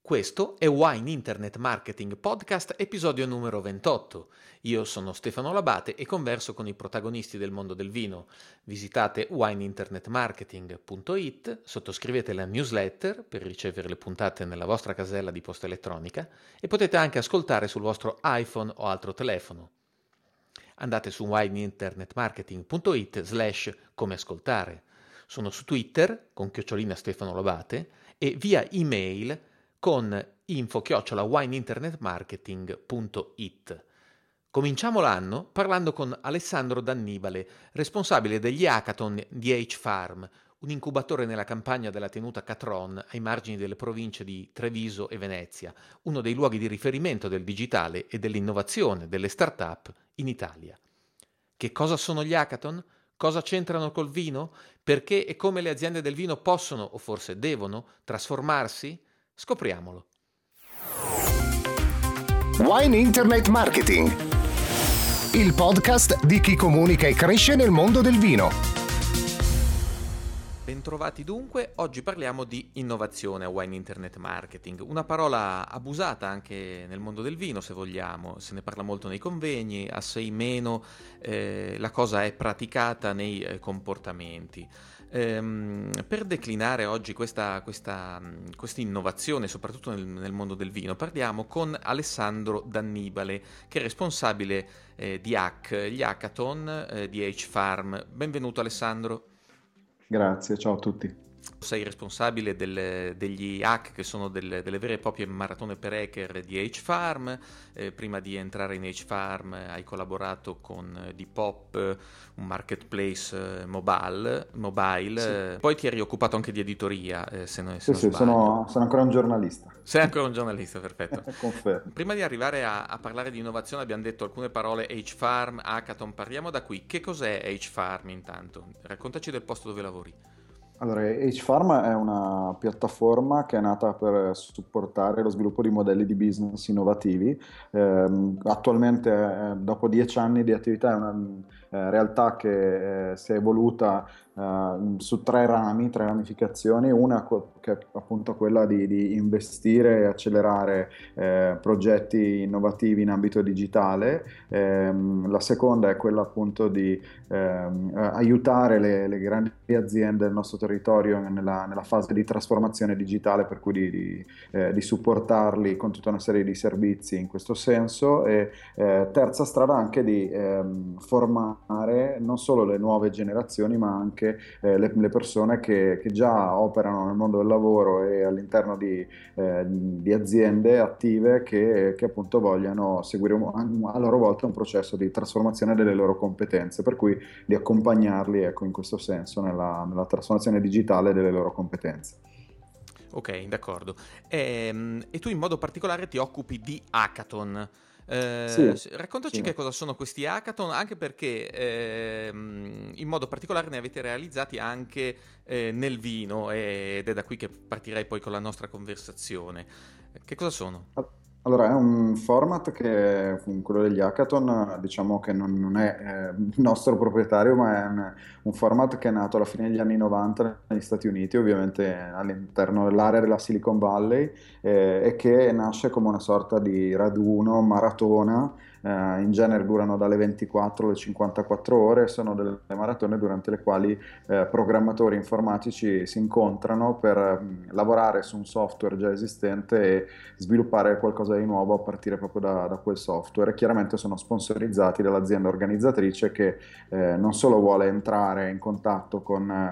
Questo è Wine Internet Marketing Podcast, episodio numero 28. Io sono Stefano Labate e converso con i protagonisti del mondo del vino. Visitate wineinternetmarketing.it, sottoscrivete la newsletter per ricevere le puntate nella vostra casella di posta elettronica e potete anche ascoltare sul vostro iPhone o altro telefono. Andate su wineinternetmarketing.it/come ascoltare. Sono su Twitter con @ Stefano Labate e via email con info@wineinternetmarketing.it. Cominciamo l'anno parlando con Alessandro D'Annibale, responsabile degli hackathon di H-Farm, un incubatore nella campagna della tenuta Catron ai margini delle province di Treviso e Venezia, uno dei luoghi di riferimento del digitale e dell'innovazione delle start-up in Italia. Che cosa sono gli hackathon? Cosa c'entrano col vino? Perché e come le aziende del vino possono, o forse devono, trasformarsi? Scopriamolo. Wine Internet Marketing, il podcast di chi comunica e cresce nel mondo del vino. Bentrovati dunque, oggi parliamo di innovazione a Wine Internet Marketing, una parola abusata anche nel mondo del vino se vogliamo, se ne parla molto nei convegni, assai meno la cosa è praticata nei comportamenti. Per declinare oggi questa innovazione, soprattutto nel mondo del vino, parliamo con Alessandro D'Annibale, che è responsabile di gli hackathon di H-Farm. Benvenuto Alessandro. Grazie, ciao a tutti. Sei responsabile degli hack, che sono delle vere e proprie maratone per hacker di H-Farm. Prima di entrare in H-Farm hai collaborato con Depop, un marketplace mobile. Sì. Poi ti eri occupato anche di editoria, se non Sì, sbaglio. sono ancora un giornalista. Sei ancora un giornalista, perfetto. Confermo. Prima di arrivare a parlare di innovazione abbiamo detto alcune parole: H-Farm, hackathon, parliamo da qui. Che cos'è H-Farm intanto? Raccontaci del posto dove lavori. Allora, H-Farm è una piattaforma che è nata per supportare lo sviluppo di modelli di business innovativi. Attualmente, dopo 10 anni di attività, è una realtà che si è evoluta su tre ramificazioni. Una che è appunto quella di investire e accelerare progetti innovativi in ambito digitale. La seconda è quella appunto di aiutare le grandi aziende del nostro territorio nella fase di trasformazione digitale, per cui di supportarli con tutta una serie di servizi in questo senso. E terza strada anche di formare non solo le nuove generazioni, ma anche le persone che già operano nel mondo del lavoro e all'interno di aziende attive che appunto vogliono seguire a loro volta un processo di trasformazione delle loro competenze, per cui di accompagnarli, ecco, in questo senso nella trasformazione digitale delle loro competenze. Ok, d'accordo. E tu in modo particolare ti occupi di hackathon. Sì, Raccontaci sì. che cosa sono questi hackathon, anche perché in modo particolare ne avete realizzati anche nel vino, ed è da qui che partirei poi con la nostra conversazione. Che cosa sono? Allora, è un format che, quello degli hackathon, diciamo che non è nostro proprietario, ma è un format che è nato alla fine degli anni 90 negli Stati Uniti, ovviamente all'interno dell'area della Silicon Valley, e che nasce come una sorta di raduno, maratona. In genere durano dalle 24 alle 54 ore, sono delle maratone durante le quali programmatori informatici si incontrano per lavorare su un software già esistente e sviluppare qualcosa di nuovo a partire proprio da quel software. E chiaramente sono sponsorizzati dall'azienda organizzatrice che non solo vuole entrare in contatto con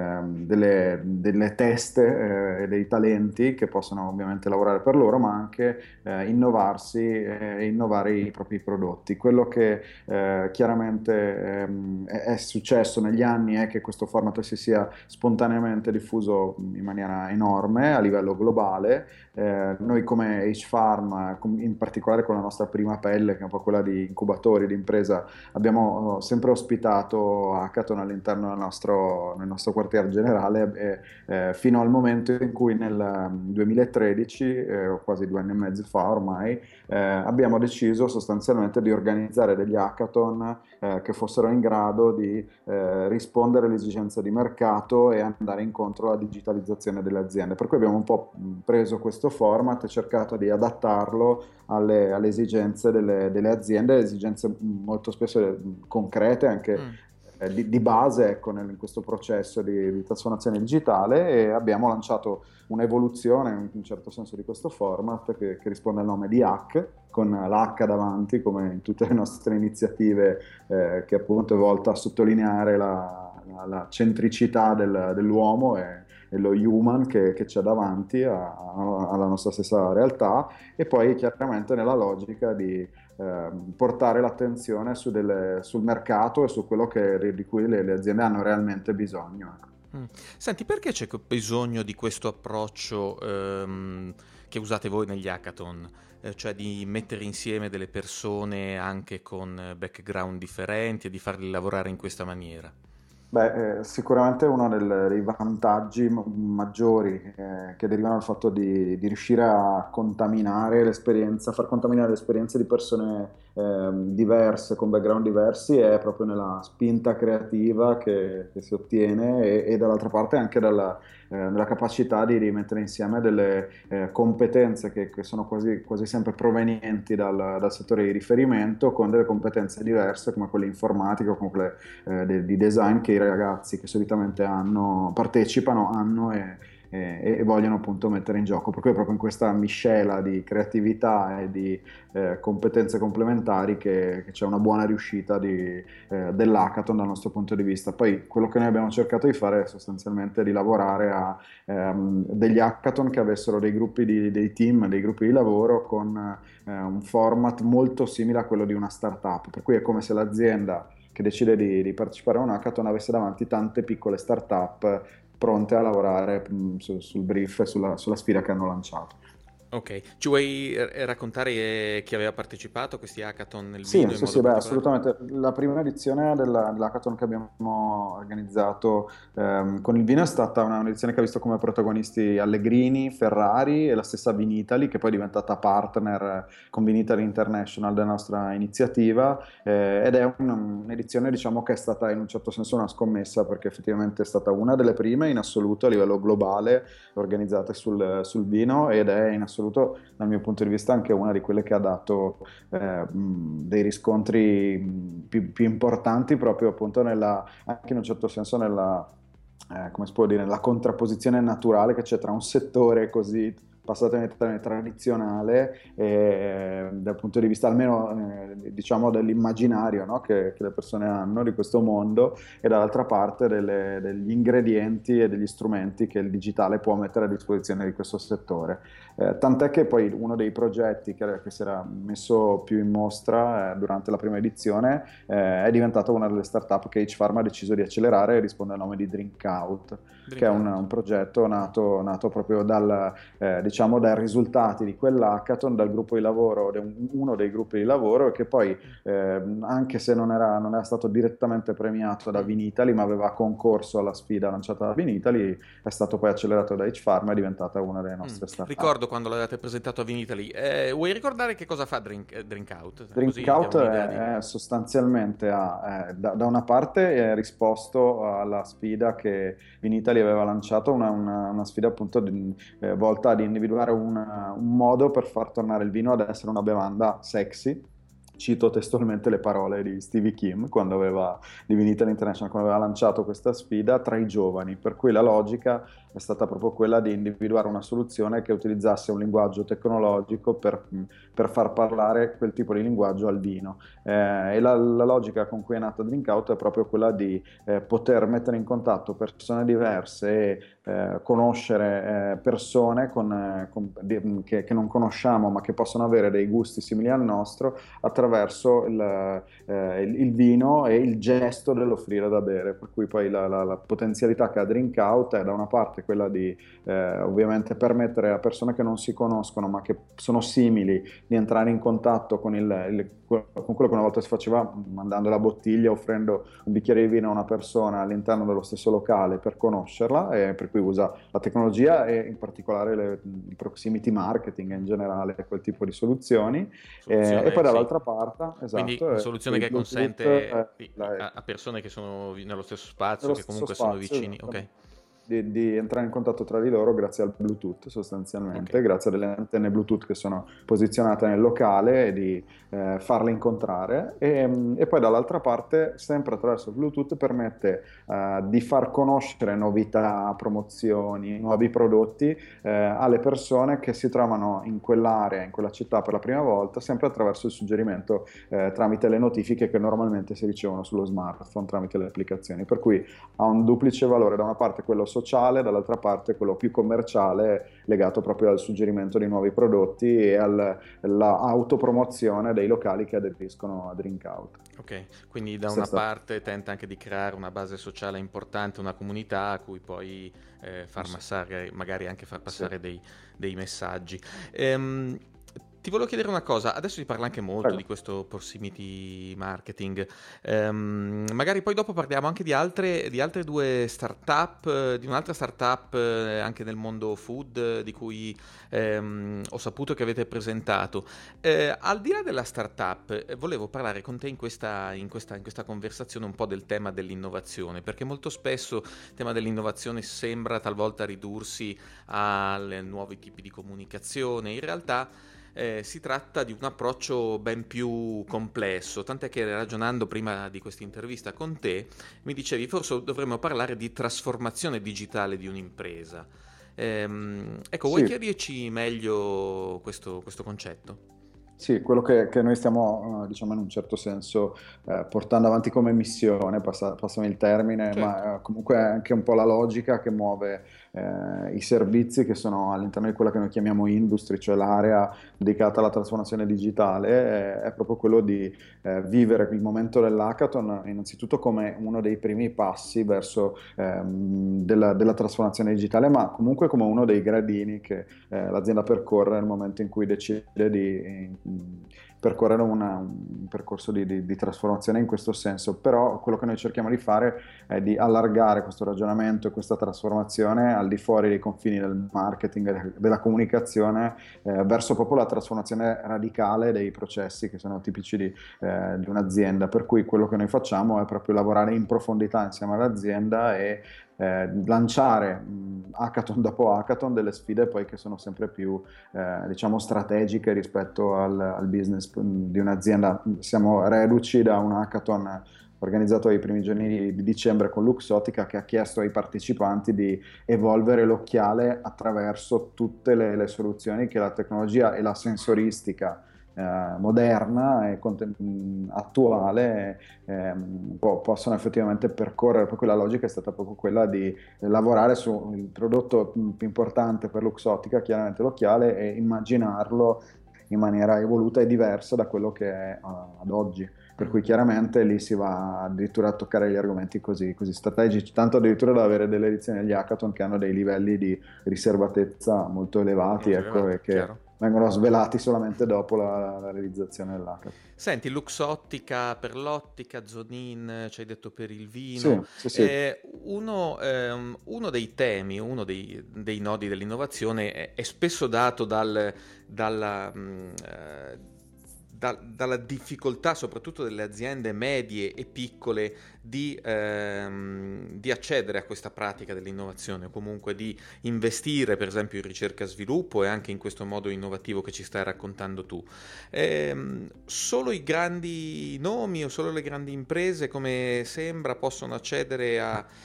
delle teste e dei talenti che possono ovviamente lavorare per loro, ma anche innovarsi e innovare i propri prodotti. Quello che chiaramente è successo negli anni è che questo format si sia spontaneamente diffuso in maniera enorme a livello globale. Noi come H-Farm, in particolare con la nostra prima pelle, che è un po' quella di incubatori di impresa, abbiamo sempre ospitato hackathon all'interno nel nostro quartier generale, fino al momento in cui nel 2013, quasi 2 anni e mezzo fa ormai, abbiamo deciso sostanzialmente sostanzialmente di organizzare degli hackathon che fossero in grado di rispondere alle esigenze di mercato e andare incontro alla digitalizzazione delle aziende. Per cui abbiamo un po' preso questo format e cercato di adattarlo alle esigenze delle aziende, esigenze molto spesso concrete, anche di base, ecco, in questo processo di trasformazione digitale, e abbiamo lanciato un'evoluzione in un certo senso di questo format che risponde al nome di Hack, con l'H davanti, come in tutte le nostre iniziative, che appunto è volta a sottolineare la centricità dell'uomo e lo human che c'è davanti alla nostra stessa realtà, e poi chiaramente nella logica di portare l'attenzione sul mercato e su quello di cui le aziende hanno realmente bisogno. Senti, perché c'è bisogno di questo approccio che usate voi negli hackathon? Cioè di mettere insieme delle persone anche con background differenti e di farli lavorare in questa maniera? Beh, sicuramente uno dei vantaggi maggiori che derivano dal fatto di riuscire a contaminare l'esperienza, far contaminare l'esperienza di persone diverse, con background diversi, è proprio nella spinta creativa che si ottiene, e dall'altra parte anche nella capacità di rimettere insieme delle competenze che sono quasi sempre provenienti dal settore di riferimento, con delle competenze diverse come quelle informatiche o come quelle di design che i ragazzi che solitamente partecipano hanno e vogliono appunto mettere in gioco. Per cui è proprio in questa miscela di creatività e di competenze complementari che c'è una buona riuscita dell'hackathon dal nostro punto di vista. Poi quello che noi abbiamo cercato di fare è sostanzialmente di lavorare a degli hackathon che avessero dei team, dei gruppi di lavoro con un format molto simile a quello di una startup, per cui è come se l'azienda che decide di partecipare a un hackathon avesse davanti tante piccole startup pronte a lavorare sul brief e sulla sfida che hanno lanciato. Ok, ci vuoi raccontare chi aveva partecipato a questi hackathon nel Sì, vino in sì, modo sì, beh, particolare? assolutamente. La prima edizione dell'hackathon che abbiamo organizzato con il vino è stata un'edizione che ha visto come protagonisti Allegrini, Ferrari e la stessa Vinitaly, che poi è diventata partner con Vinitaly International della nostra iniziativa, ed è un'edizione, diciamo, che è stata in un certo senso una scommessa, perché effettivamente è stata una delle prime in assoluto a livello globale organizzate sul vino, ed è in assoluto, dal mio punto di vista, anche una di quelle che ha dato dei riscontri più importanti, proprio appunto anche in un certo senso come si può dire, nella contrapposizione naturale che c'è tra un settore così, passatemi il termine, tradizionale, dal punto di vista almeno diciamo dell'immaginario, no? che le persone hanno di questo mondo, e dall'altra parte degli ingredienti e degli strumenti che il digitale può mettere a disposizione di questo settore. Tant'è che poi uno dei progetti che si era messo più in mostra durante la prima edizione è diventato una delle startup che H-Pharma ha deciso di accelerare, e risponde al nome di Drinkout, che è un progetto nato proprio diciamo dai risultati di quell'hackathon, dal gruppo di lavoro, uno dei gruppi di lavoro, e che poi anche se non era stato direttamente premiato da Vinitaly, ma aveva concorso alla sfida lanciata da Vinitaly, è stato poi accelerato da H-Pharma e è diventata una delle nostre startup. Ricordo quando l'avete presentato a Vinitaly. Vuoi ricordare che cosa fa Drinkout? Così Drinkout diamo un'idea è sostanzialmente da una parte è risposto alla sfida che Vinitaly aveva lanciato, una sfida appunto volta ad individuare un modo per far tornare il vino ad essere una bevanda sexy. Cito testualmente le parole di Stevie Kim di Vinitaly International, quando aveva lanciato questa sfida tra i giovani, per cui la logica è stata proprio quella di individuare una soluzione che utilizzasse un linguaggio tecnologico per far parlare quel tipo di linguaggio al vino. E la logica con cui è nata Drinkout è proprio quella di poter mettere in contatto persone diverse e conoscere persone che non conosciamo, ma che possono avere dei gusti simili al nostro, attraverso il vino e il gesto dell'offrire da bere. Per cui poi la potenzialità che ha Drinkout è da una parte quella di ovviamente permettere a persone che non si conoscono ma che sono simili di entrare in contatto con quello che una volta si faceva mandando la bottiglia, offrendo un bicchiere di vino a una persona all'interno dello stesso locale per conoscerla, e per cui usa la tecnologia e in particolare il proximity marketing in generale, quel tipo di soluzioni. E Soluzione, poi sì. dall'altra parte, Quindi esatto, una soluzione il che Bluetooth consente la- a persone che sono nello stesso spazio, nello che stesso comunque sono spazio, vicini, ok? esattamente, di entrare in contatto tra di loro grazie al Bluetooth Ok. sostanzialmente, grazie a delle antenne Bluetooth che sono posizionate nel locale e di farle incontrare e poi dall'altra parte, sempre attraverso il Bluetooth, permette di far conoscere novità, promozioni, nuovi prodotti alle persone che si trovano in quell'area, in quella città per la prima volta, sempre attraverso il suggerimento tramite le notifiche che normalmente si ricevono sullo smartphone tramite le applicazioni. Per cui ha un duplice valore, da una parte quello sociale, dall'altra parte quello più commerciale legato proprio al suggerimento di nuovi prodotti e alla autopromozione dei locali che aderiscono a Drink Out. Ok, quindi da Questo è una stato... parte tenta anche di creare una base sociale importante, una comunità a cui poi far massare, magari anche far Sì, passare dei messaggi. Ehm, Ti volevo chiedere una cosa, adesso si parla anche molto di prego. questo proximity marketing. Magari poi dopo parliamo anche di altre due startup, di un'altra startup anche nel mondo food di cui ho saputo che avete presentato. Al di là della startup, volevo parlare con te in questa conversazione un po' del tema dell'innovazione, perché molto spesso il tema dell'innovazione sembra talvolta ridursi a nuovi tipi di comunicazione. In realtà si tratta di un approccio ben più complesso, tant'è che ragionando prima di questa intervista con te, mi dicevi forse dovremmo parlare di trasformazione digitale di un'impresa. Ecco, vuoi Sì, chiarirci meglio questo concetto? sì, quello che noi stiamo, diciamo in un certo senso, portando avanti come missione, passami il termine, Certo. ma comunque è anche un po' la logica che muove i servizi che sono all'interno di quella che noi chiamiamo industry, cioè l'area dedicata alla trasformazione digitale, è proprio quello di vivere il momento dell'hackathon innanzitutto come uno dei primi passi verso della trasformazione digitale, ma comunque come uno dei gradini che l'azienda percorre nel momento in cui decide di percorrere un percorso di trasformazione in questo senso. Però quello che noi cerchiamo di fare è di allargare questo ragionamento e questa trasformazione al di fuori dei confini del marketing e della comunicazione verso proprio la trasformazione radicale dei processi che sono tipici di un'azienda. Per cui quello che noi facciamo è proprio lavorare in profondità insieme all'azienda e lanciare hackathon dopo hackathon delle sfide poi che sono sempre più diciamo strategiche rispetto al business di un'azienda. Siamo reduci da un hackathon organizzato ai primi giorni di dicembre con Luxottica, che ha chiesto ai partecipanti di evolvere l'occhiale attraverso tutte le soluzioni che la tecnologia e la sensoristica moderna e attuale possono effettivamente percorrere. Proprio la logica è stata proprio quella di lavorare sul prodotto più importante per Luxottica, chiaramente l'occhiale, e immaginarlo in maniera evoluta e diversa da quello che è ad oggi. Per cui chiaramente lì si va addirittura a toccare gli argomenti così strategici, tanto addirittura da avere delle edizioni degli hackathon che hanno dei livelli di riservatezza molto elevati, Molto ecco, elevato, e che chiaro. vengono svelati solamente dopo la realizzazione dell'hackathon. Senti, Luxottica per l'ottica, Zonin, ci hai detto per il vino. Sì, sì, sì. Uno dei temi, dei nodi dell'innovazione è spesso dato dalla, dalla difficoltà, soprattutto delle aziende medie e piccole, di accedere a questa pratica dell'innovazione, o comunque di investire, per esempio, in ricerca e sviluppo e anche in questo modo innovativo che ci stai raccontando tu. Solo i grandi nomi o solo le grandi imprese, come sembra, possono accedere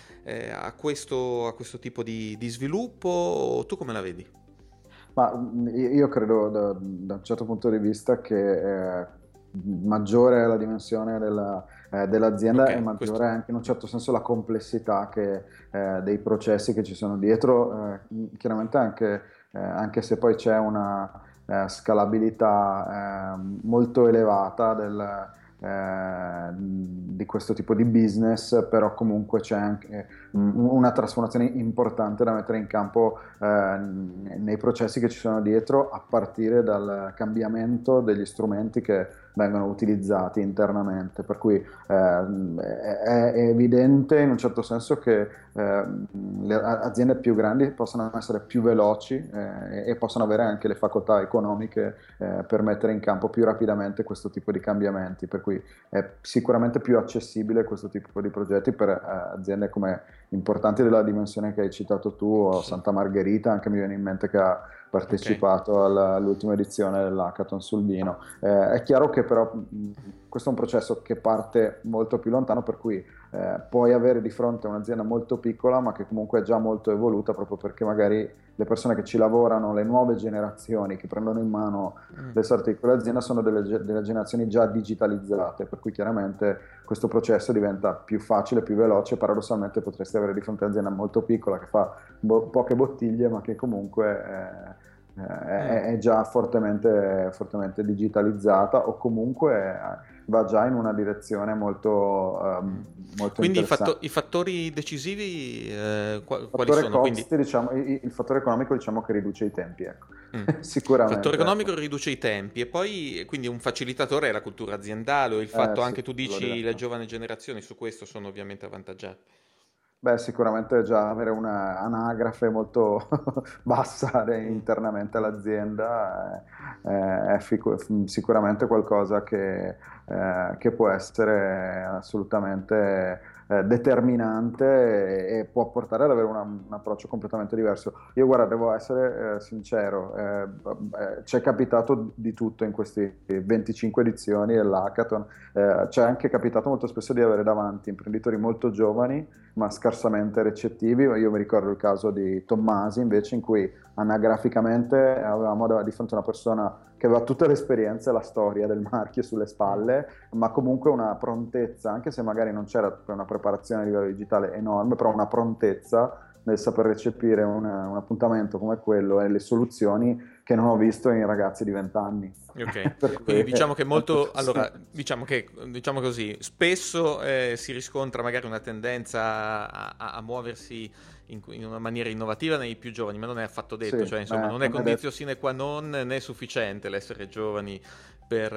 a questo tipo di sviluppo? O tu come la vedi? Ma io credo da un certo punto di vista che maggiore è la dimensione dell'azienda e Ok, questo. maggiore è anche in un certo senso la complessità dei processi che ci sono dietro. Chiaramente anche se poi c'è una scalabilità molto elevata di questo tipo di business, però comunque c'è anche una trasformazione importante da mettere in campo nei processi che ci sono dietro, a partire dal cambiamento degli strumenti che vengono utilizzati internamente, per cui è evidente in un certo senso che le aziende più grandi possano essere più veloci e possono avere anche le facoltà economiche per mettere in campo più rapidamente questo tipo di cambiamenti, per cui è sicuramente più accessibile questo tipo di progetti per aziende come importanti della dimensione che hai citato tu, o Sì. Santa Margherita, anche mi viene in mente che ha partecipato all'ultima edizione dell'Hackathon sul vino. È chiaro che però questo è un processo che parte molto più lontano, per cui puoi avere di fronte un'azienda molto piccola ma che comunque è già molto evoluta, proprio perché magari le persone che ci lavorano, le nuove generazioni che prendono in mano le sorti di quell'azienda sono delle generazioni già digitalizzate, per cui chiaramente questo processo diventa più facile, più veloce. Paradossalmente potresti avere di fronte un'azienda molto piccola che fa poche bottiglie ma che comunque è già fortemente digitalizzata, o comunque va già in una direzione molto Quindi interessante. i fattori decisivi Il quali fattore sono? Quindi, costi, diciamo, il fattore economico, diciamo, che riduce i tempi, ecco. il fattore Sicuramente, ecco. economico riduce i tempi, e poi quindi un facilitatore è la cultura aziendale, o il fatto Sì, anche, tu quello dici, le diventa. giovani generazioni su questo sono ovviamente avvantaggiate. Beh, sicuramente già avere una anagrafe molto bassa Mm. internamente all'azienda sicuramente qualcosa che può essere assolutamente determinante e può portare ad avere un approccio completamente diverso. Io, guarda, devo essere sincero, ci è capitato di tutto in queste 25 edizioni dell'Hackathon. Ci è anche capitato molto spesso di avere davanti imprenditori molto giovani ma scarsamente recettivi. Io mi ricordo il caso di Tommasi, invece, in cui anagraficamente avevamo di fronte a una persona che aveva tutte le esperienze e la storia del marchio sulle spalle, ma comunque una prontezza, anche se magari non c'era una preparazione a livello digitale enorme, però una prontezza nel saper recepire un appuntamento come quello e le soluzioni che non ho visto in ragazzi di 20 anni. Ok, Per quindi cui diciamo che molto, sì. allora, diciamo così, spesso si riscontra magari una tendenza a muoversi in una maniera innovativa nei più giovani, ma non è affatto Sì, detto, cioè insomma non è non è detto. condizio sine qua non né sufficiente l'essere giovani per,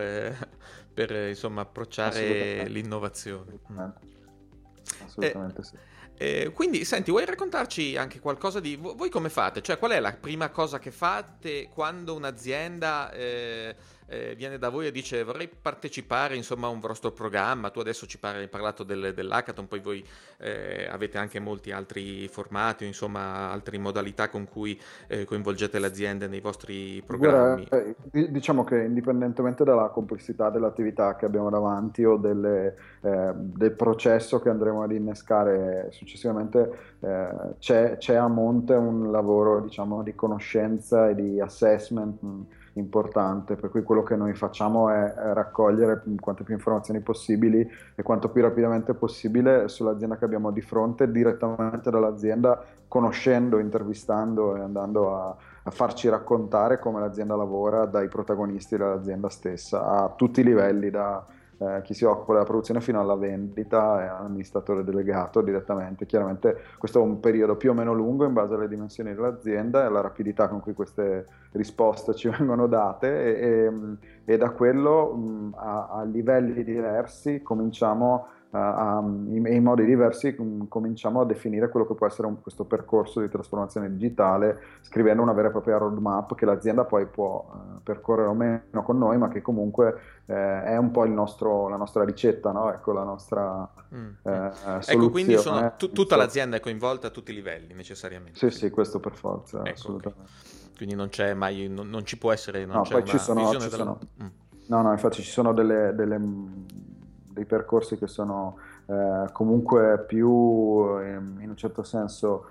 insomma approcciare Assolutamente, l'innovazione. assolutamente, Eh, assolutamente sì. quindi, senti, vuoi raccontarci anche qualcosa di... Voi come fate? Cioè, qual è la prima cosa che fate quando un'azienda viene da voi e dice vorrei partecipare, insomma, a un vostro programma? Tu adesso hai parlato dell'hackathon, poi voi avete anche molti altri formati, o insomma, altre modalità con cui coinvolgete le aziende nei vostri Guarda, programmi. diciamo che indipendentemente dalla complessità dell'attività che abbiamo davanti o del processo che andremo ad innescare successivamente, c'è a monte un lavoro, diciamo, di conoscenza e di assessment importante, per cui quello che noi facciamo è raccogliere quante più informazioni possibili e quanto più rapidamente possibile sull'azienda che abbiamo di fronte, direttamente dall'azienda, conoscendo, intervistando e andando a farci raccontare come l'azienda lavora dai protagonisti dell'azienda stessa, a tutti i livelli, da chi si occupa della produzione fino alla vendita e all'amministratore delegato direttamente. Chiaramente questo è un periodo più o meno lungo in base alle dimensioni dell'azienda e alla rapidità con cui queste risposte ci vengono date, e da quello a livelli diversi cominciamo in modi diversi cominciamo a definire quello che può essere questo percorso di trasformazione digitale, scrivendo una vera e propria roadmap che l'azienda poi può percorrere o meno con noi, ma che comunque è un po' la nostra ricetta, no? Ecco, la nostra Mm, mm. Ecco, quindi soluzione. tutta l'azienda è coinvolta a tutti i livelli, necessariamente. Sì, sì, questo per forza, Ecco, ok. assolutamente. Quindi non c'è mai, non ci può essere, non No, c'è poi una visione ci della... sono, Mm. no, no, infatti ci sono dei percorsi che sono comunque più, in un certo senso,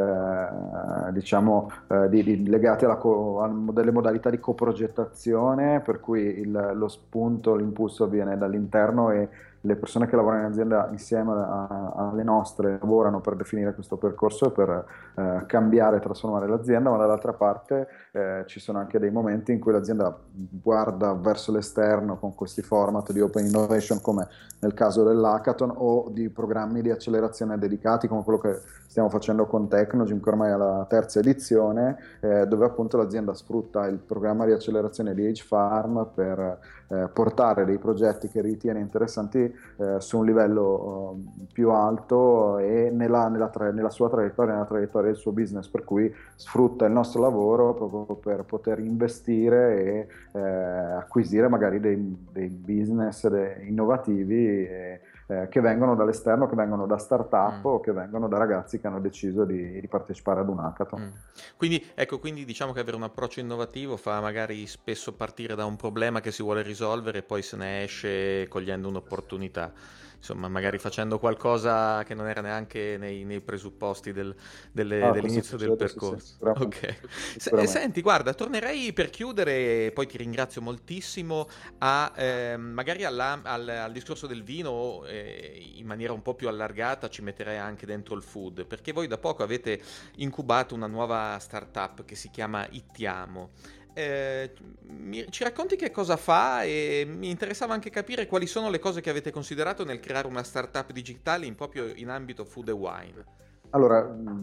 diciamo, legati a delle modalità di coprogettazione, per cui lo spunto, l'impulso viene dall'interno e le persone che lavorano in azienda insieme alle nostre lavorano per definire questo percorso e per cambiare e trasformare l'azienda, ma dall'altra parte ci sono anche dei momenti in cui l'azienda guarda verso l'esterno con questi format di open innovation, come nel caso dell'hackathon, o di programmi di accelerazione dedicati come quello che stiamo facendo con Tecnogym, che ormai è la terza edizione, dove appunto l'azienda sfrutta il programma di accelerazione di H-Farm per portare dei progetti che ritiene interessanti su un livello più alto e nella sua traiettoria, nella traiettoria del suo business, per cui sfrutta il nostro lavoro proprio per poter investire e acquisire magari dei business innovativi che vengono dall'esterno, che vengono da startup o che vengono da ragazzi che hanno deciso di partecipare ad un hackathon. Quindi diciamo che avere un approccio innovativo fa magari spesso partire da un problema che si vuole risolvere e poi se ne esce cogliendo un'opportunità. Insomma, magari facendo qualcosa che non era neanche nei presupposti dell'inizio del percorso. Sì, Ok. Senti, guarda, tornerei per chiudere, poi ti ringrazio moltissimo, magari al discorso del vino, in maniera un po' più allargata ci metterei anche dentro il food, perché voi da poco avete incubato una nuova startup che si chiama Ittiamo. Ci racconti che cosa fa, e mi interessava anche capire quali sono le cose che avete considerato nel creare una startup digitale proprio in ambito food e wine. Allora,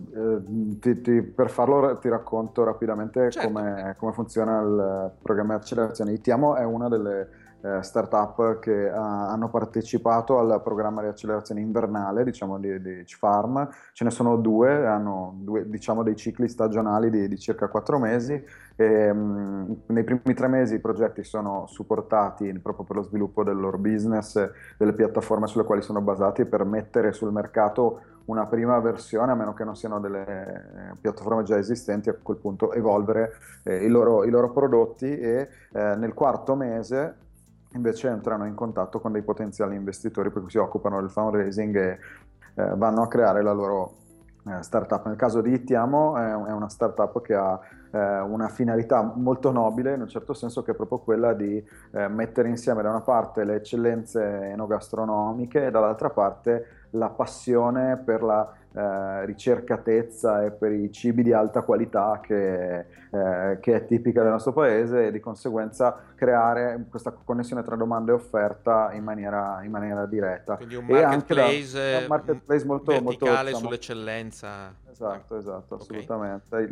per farlo ti racconto rapidamente Certo. come funziona il programma di accelerazione. Itiamo è una delle startup che hanno partecipato al programma di accelerazione invernale, diciamo, di Farm. Ce ne sono due, hanno diciamo, dei cicli stagionali di circa 4 mesi. E, nei primi 3 mesi i progetti sono supportati proprio per lo sviluppo del loro business, delle piattaforme sulle quali sono basati, per mettere sul mercato una prima versione, a meno che non siano delle piattaforme già esistenti, a quel punto evolvere i loro prodotti, e nel 4º mese invece entrano in contatto con dei potenziali investitori, per cui si occupano del fundraising e vanno a creare la loro startup. Nel caso di Ittiamo è una startup che ha una finalità molto nobile, in un certo senso, che è proprio quella di mettere insieme da una parte le eccellenze enogastronomiche e dall'altra parte la passione per la ricercatezza e per i cibi di alta qualità che è tipica del nostro paese, e di conseguenza creare questa connessione tra domanda e offerta in maniera diretta. Quindi un E anche marketplace, un marketplace molto, verticale diciamo, sull'eccellenza. esatto, Ok. assolutamente.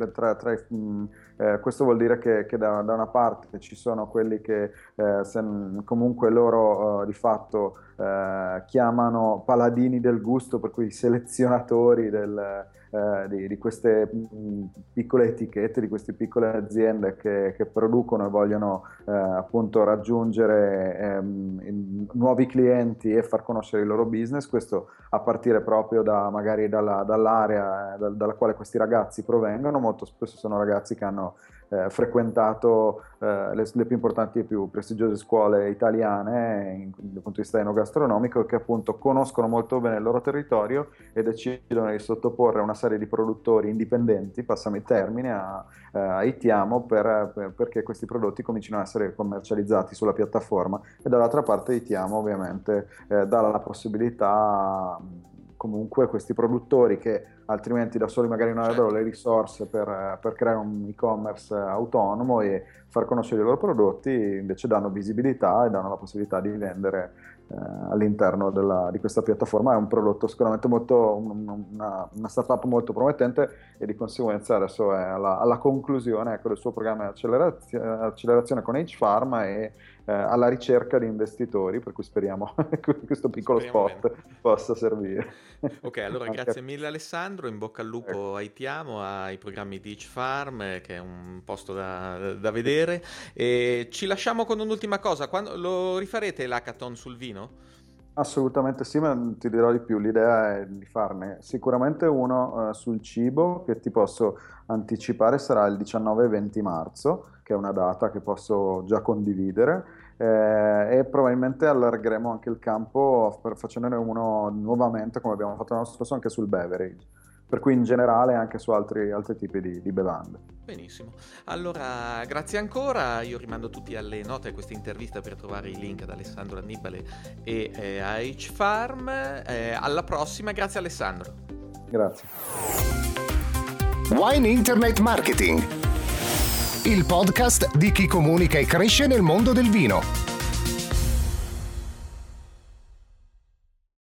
Questo vuol dire che da una parte ci sono quelli che comunque loro di fatto chiamano paladini del gusto, per cui i selezionatori di queste piccole etichette, di queste piccole aziende che producono e vogliono appunto raggiungere nuovi clienti e far conoscere il loro business. Questo a partire proprio magari dall'area dalla quale questi ragazzi provengono. Molto spesso sono ragazzi che hanno frequentato le più importanti e più prestigiose scuole italiane dal punto di vista enogastronomico, che appunto conoscono molto bene il loro territorio e decidono di sottoporre una serie di produttori indipendenti, passami il termine, a Ittiamo perché questi prodotti cominciano a essere commercializzati sulla piattaforma, e dall'altra parte Ittiamo ovviamente dà la possibilità comunque questi produttori che altrimenti da soli magari non avrebbero le risorse per creare un e-commerce autonomo e far conoscere i loro prodotti, invece danno visibilità e danno la possibilità di vendere all'interno di questa piattaforma. È un prodotto sicuramente una startup molto promettente, e di conseguenza adesso è alla conclusione, ecco, del suo programma di accelerazione con H-Farm e alla ricerca di investitori, per cui speriamo che questo piccolo spot possa servire. Ok, allora grazie mille Alessandro, in bocca al lupo a Ittiamo, ai programmi di H-Farm, che è un posto da vedere, e ci lasciamo con un'ultima cosa. Quando lo rifarete l'hackathon sul vino? Assolutamente sì, ma ti dirò di più, l'idea è di farne sicuramente uno sul cibo, che ti posso anticipare sarà il 19 e 20 marzo, che è una data che posso già condividere, e probabilmente allargheremo anche il campo facendone uno nuovamente, come abbiamo fatto l'anno scorso, anche sul beverage. per cui in generale anche su altri tipi di bevande. Benissimo, allora grazie ancora, io rimando tutti alle note a questa intervista per trovare i link ad Alessandro Annibale e a H-Farm. Alla prossima, grazie Alessandro. Grazie. Wine Internet Marketing, il podcast di chi comunica e cresce nel mondo del vino.